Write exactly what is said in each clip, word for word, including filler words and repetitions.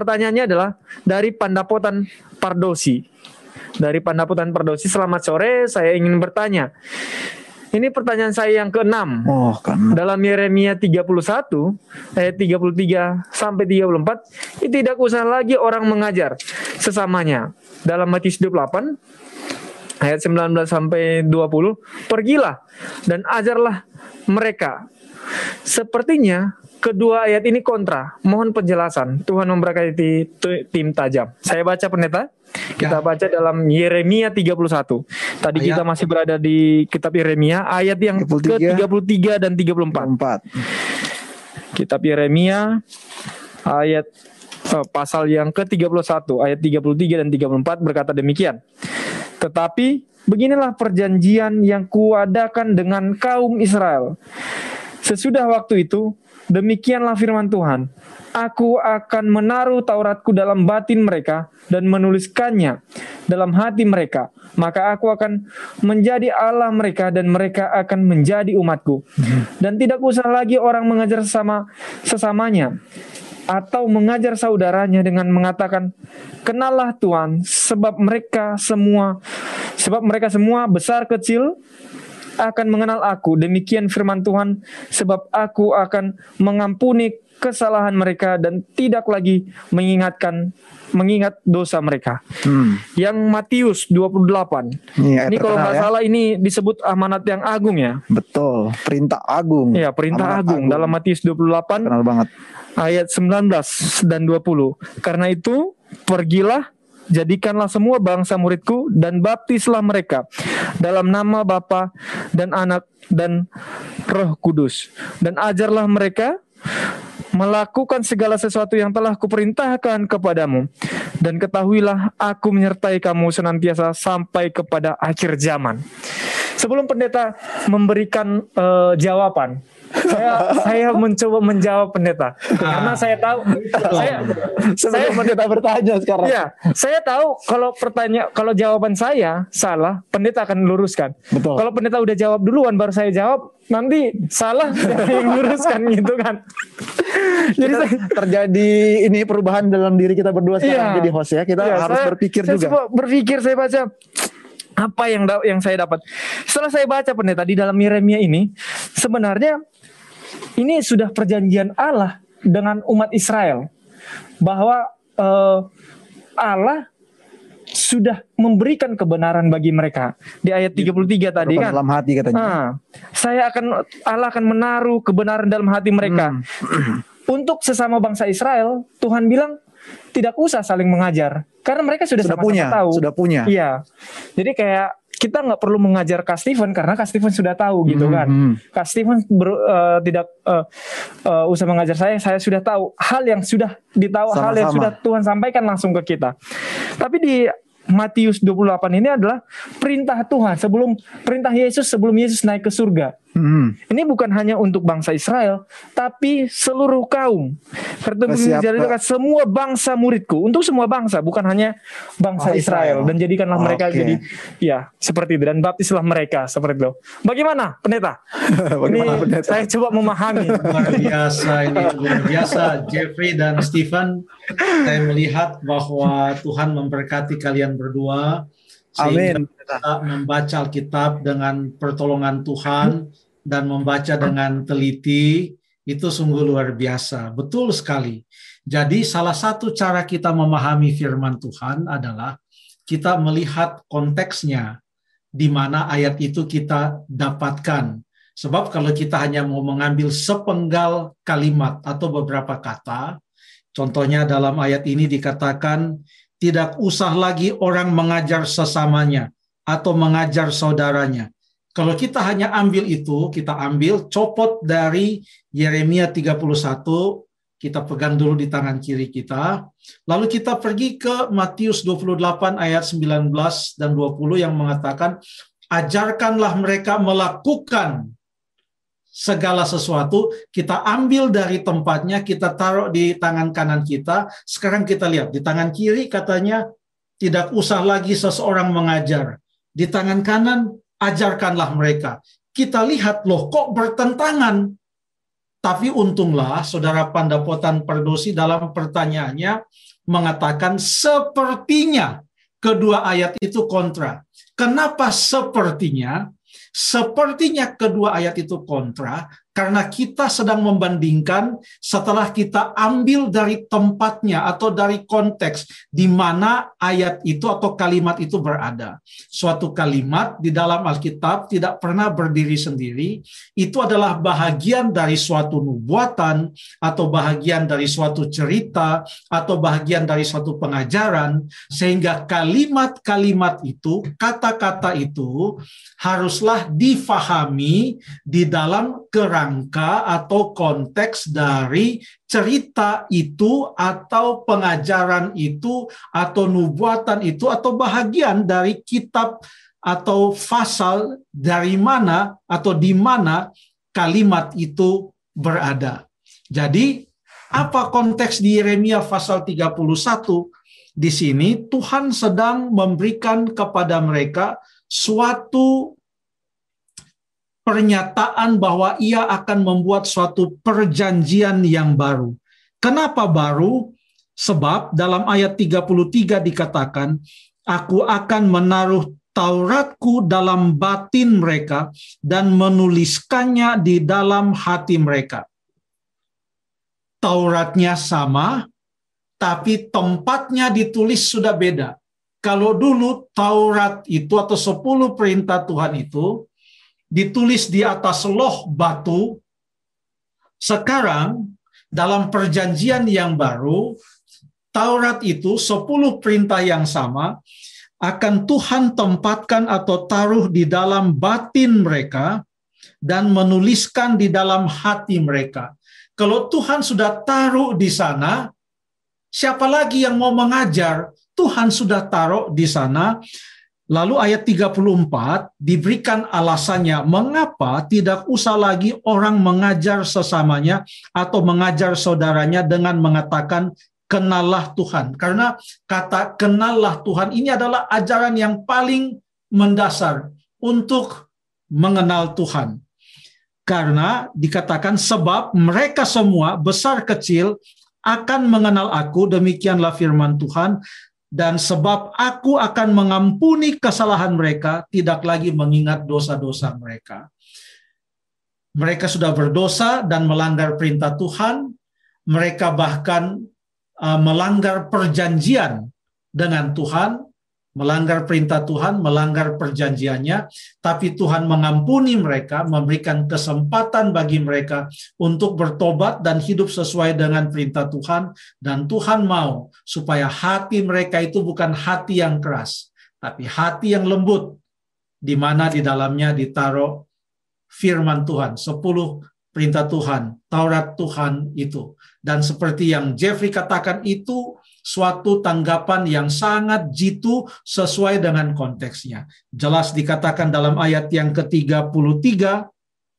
pertanyaannya adalah dari Pandapotan Pardosi. Dari Pandapotan Pardosi, selamat sore, saya ingin bertanya. Ini pertanyaan saya yang keenam. Oh, kan. Dalam Yeremia tiga puluh satu ayat tiga puluh tiga sampai tiga puluh empat, tidak usah lagi orang mengajar sesamanya. Dalam Matius dua puluh delapan ayat sembilan belas sampai dua puluh, pergilah dan ajarlah mereka. Sepertinya kedua ayat ini kontra. Mohon penjelasan. Tuhan memberkati tim tajam. Saya baca, pendeta. Kita baca dalam Yeremia tiga puluh satu. Tadi ayat, kita masih berada di kitab Yeremia, ayat yang ke tiga puluh tiga dan tiga puluh empat. Kitab Yeremia ayat eh, pasal yang ke tiga puluh satu, ayat tiga puluh tiga dan tiga puluh empat berkata demikian. Tetapi beginilah perjanjian yang kuadakan dengan kaum Israel. Sesudah waktu itu, demikianlah firman Tuhan. Aku akan menaruh Tauratku dalam batin mereka dan menuliskannya dalam hati mereka. Maka aku akan menjadi Allah mereka dan mereka akan menjadi umatku. Dan tidak usah lagi orang mengajar sesama sesamanya atau mengajar saudaranya dengan mengatakan, kenallah Tuhan, sebab mereka semua sebab mereka semua besar kecil akan mengenal aku. Demikian firman Tuhan, sebab aku akan mengampuni kesalahan mereka dan tidak lagi mengingatkan mengingat dosa mereka. Hmm. Yang Matius dua puluh delapan. Ini, ini kalau nggak ya? salah ini disebut amanat yang agung ya. Betul, perintah agung. Iya, perintah agung. agung dalam Matius dua puluh delapan. Kenal banget. Ayat sembilan belas dan dua puluh. Karena itu, pergilah, jadikanlah semua bangsa muridku dan baptislah mereka dalam nama Bapa dan Anak dan Roh Kudus, dan ajarlah mereka melakukan segala sesuatu yang telah kuperintahkan kepadamu, dan ketahuilah aku menyertai kamu senantiasa sampai kepada akhir zaman. Sebelum pendeta memberikan uh, jawaban, saya saya mencoba menjawab pendeta karena saya tahu saya saya pendeta bertanya sekarang. Ya, saya tahu kalau pertanyaan kalau jawaban saya salah, pendeta akan luruskan. Betul. Kalau pendeta udah jawab duluan baru saya jawab, nanti salah saya yang luruskan gitu kan. Jadi saya, terjadi ini perubahan dalam diri kita berdua sekarang, ya, jadi host ya. Kita ya, harus saya, berpikir saya juga. Berpikir saya baca apa yang yang saya dapat. Setelah saya baca pendeta di dalam Yeremia ini, sebenarnya ini sudah perjanjian Allah dengan umat Israel bahwa uh, Allah sudah memberikan kebenaran bagi mereka. Di ayat tiga puluh tiga tadi kan. Dalam hati katanya. Nah, saya akan Allah akan menaruh kebenaran dalam hati mereka. Hmm. Untuk sesama bangsa Israel, Tuhan bilang tidak usah saling mengajar karena mereka sudah, sudah sama-sama punya, tahu. Sudah punya. Iya. Jadi kayak kita nggak perlu mengajar Kak Stephen karena Kak Stephen sudah tahu gitu kan. Mm-hmm. Kak Stephen ber, uh, tidak uh, uh, usah mengajar saya, saya sudah tahu hal yang sudah ditahu, Sama-sama. hal yang sudah Tuhan sampaikan langsung ke kita. Tapi di Matius dua puluh delapan ini adalah perintah Tuhan sebelum perintah Yesus sebelum Yesus naik ke surga. Hmm. Ini bukan hanya untuk bangsa Israel, tapi seluruh kaum. Jadikan semua bangsa muridku, untuk semua bangsa, bukan hanya bangsa oh, Israel. Dan jadikanlah mereka okay. jadi, ya seperti itu. Dan baptislah mereka seperti itu. Bagaimana, pendeta? Bagaimana, ini pendeta? Saya coba memahami. Luar biasa ini, luar biasa. Jeffrey dan Stephen, saya melihat bahwa Tuhan memberkati kalian berdua. Sehingga Amin. Kita membaca Alkitab dengan pertolongan Tuhan dan membaca dengan teliti, itu sungguh luar biasa. Betul sekali. Jadi salah satu cara kita memahami firman Tuhan adalah kita melihat konteksnya, di mana ayat itu kita dapatkan. Sebab kalau kita hanya mau mengambil sepenggal kalimat atau beberapa kata, contohnya dalam ayat ini dikatakan, tidak usah lagi orang mengajar sesamanya atau mengajar saudaranya. Kalau kita hanya ambil itu, kita ambil, copot dari Yeremia tiga puluh satu, kita pegang dulu di tangan kiri kita, lalu kita pergi ke Matius dua puluh delapan ayat sembilan belas dan dua puluh yang mengatakan, ajarkanlah mereka melakukan segala sesuatu, kita ambil dari tempatnya, kita taruh di tangan kanan kita. Sekarang kita lihat, di tangan kiri katanya, tidak usah lagi seseorang mengajar. Di tangan kanan, ajarkanlah mereka. Kita lihat, loh kok bertentangan. Tapi untunglah, Saudara Pandapotan Pardosi dalam pertanyaannya mengatakan sepertinya kedua ayat itu kontra. Kenapa sepertinya? Sepertinya kedua ayat itu kontra, karena kita sedang membandingkan setelah kita ambil dari tempatnya atau dari konteks di mana ayat itu atau kalimat itu berada. Suatu kalimat di dalam Alkitab tidak pernah berdiri sendiri, itu adalah bahagian dari suatu nubuatan atau bahagian dari suatu cerita atau bahagian dari suatu pengajaran, sehingga kalimat-kalimat itu, kata-kata itu haruslah difahami di dalam kerangka atau konteks dari cerita itu atau pengajaran itu atau nubuatan itu atau bahagian dari kitab atau pasal dari mana atau di mana kalimat itu berada. Jadi apa konteks di Yeremia pasal tiga puluh satu? Di sini Tuhan sedang memberikan kepada mereka suatu pernyataan bahwa ia akan membuat suatu perjanjian yang baru. Kenapa baru? Sebab dalam ayat tiga puluh tiga dikatakan, aku akan menaruh Tauratku dalam batin mereka dan menuliskannya di dalam hati mereka. Tauratnya sama, tapi tempatnya ditulis sudah beda. Kalau dulu Taurat itu atau sepuluh perintah Tuhan itu ditulis di atas loh batu, sekarang dalam perjanjian yang baru, Taurat itu sepuluh perintah yang sama akan Tuhan tempatkan atau taruh di dalam batin mereka dan menuliskan di dalam hati mereka. Kalau Tuhan sudah taruh di sana, siapa lagi yang mau mengajar? Tuhan sudah taruh di sana. Lalu ayat tiga puluh empat diberikan alasannya mengapa tidak usah lagi orang mengajar sesamanya atau mengajar saudaranya dengan mengatakan kenallah Tuhan. Karena kata kenallah Tuhan ini adalah ajaran yang paling mendasar untuk mengenal Tuhan. Karena dikatakan sebab mereka semua besar kecil akan mengenal aku, demikianlah firman Tuhan. Dan sebab aku akan mengampuni kesalahan mereka, tidak lagi mengingat dosa-dosa mereka. Mereka sudah berdosa dan melanggar perintah Tuhan. Mereka bahkan uh, melanggar perjanjian dengan Tuhan, melanggar perintah Tuhan, melanggar perjanjiannya. Tapi Tuhan mengampuni mereka, memberikan kesempatan bagi mereka untuk bertobat dan hidup sesuai dengan perintah Tuhan. Dan Tuhan mau supaya hati mereka itu bukan hati yang keras, tapi hati yang lembut, di mana di dalamnya ditaruh firman Tuhan, sepuluh perintah Tuhan, Taurat Tuhan itu. Dan seperti yang Jeffrey katakan, itu suatu tanggapan yang sangat jitu sesuai dengan konteksnya. Jelas dikatakan dalam ayat yang ke tiga puluh tiga,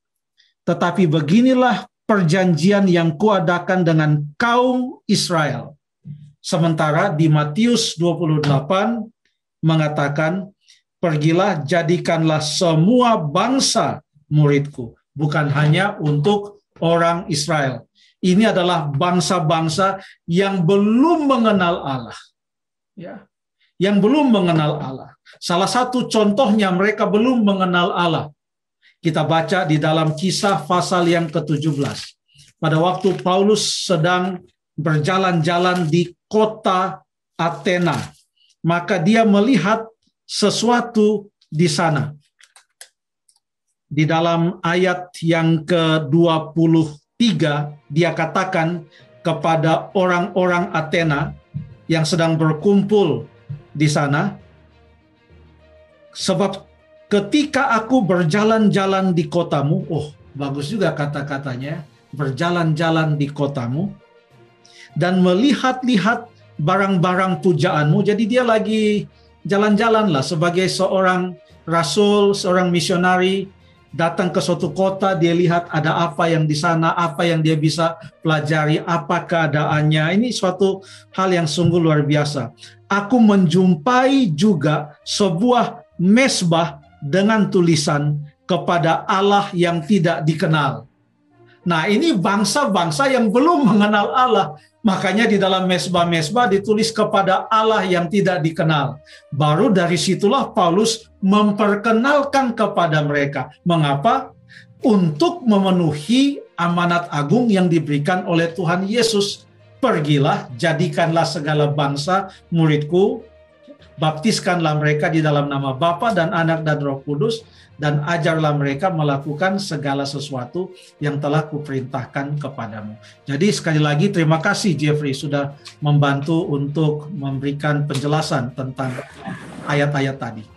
tetapi beginilah perjanjian yang kuadakan dengan kaum Israel. Sementara di Matius dua puluh delapan mengatakan, pergilah jadikanlah semua bangsa muridku. Bukan hanya untuk orang Israel. Ini adalah bangsa-bangsa yang belum mengenal Allah. Ya, yang belum mengenal Allah. Salah satu contohnya mereka belum mengenal Allah. Kita baca di dalam Kisah pasal yang ke tujuh belas. Pada waktu Paulus sedang berjalan-jalan di kota Athena, maka dia melihat sesuatu di sana. Di dalam ayat yang ke dua puluh tiga, dia katakan kepada orang-orang Athena yang sedang berkumpul di sana, sebab ketika aku berjalan-jalan di kotamu, oh bagus juga kata-katanya, berjalan-jalan di kotamu, dan melihat-lihat barang-barang pujaanmu. Jadi dia lagi jalan-jalan lah sebagai seorang rasul, seorang misionari, datang ke suatu kota, dia lihat ada apa yang di sana, apa yang dia bisa pelajari, apa keadaannya. Ini suatu hal yang sungguh luar biasa. Aku menjumpai juga sebuah mesbah dengan tulisan kepada Allah yang tidak dikenal. Nah, ini bangsa-bangsa yang belum mengenal Allah Makanya di dalam mesbah-mesbah ditulis kepada Allah yang tidak dikenal. Baru dari situlah Paulus memperkenalkan kepada mereka. Mengapa? Untuk memenuhi amanat agung yang diberikan oleh Tuhan Yesus. Pergilah, jadikanlah segala bangsa muridku, baptiskanlah mereka di dalam nama Bapa dan Anak dan Roh Kudus, dan ajarlah mereka melakukan segala sesuatu yang telah kuperintahkan kepadamu. Jadi sekali lagi terima kasih Jeffrey sudah membantu untuk memberikan penjelasan tentang ayat-ayat tadi.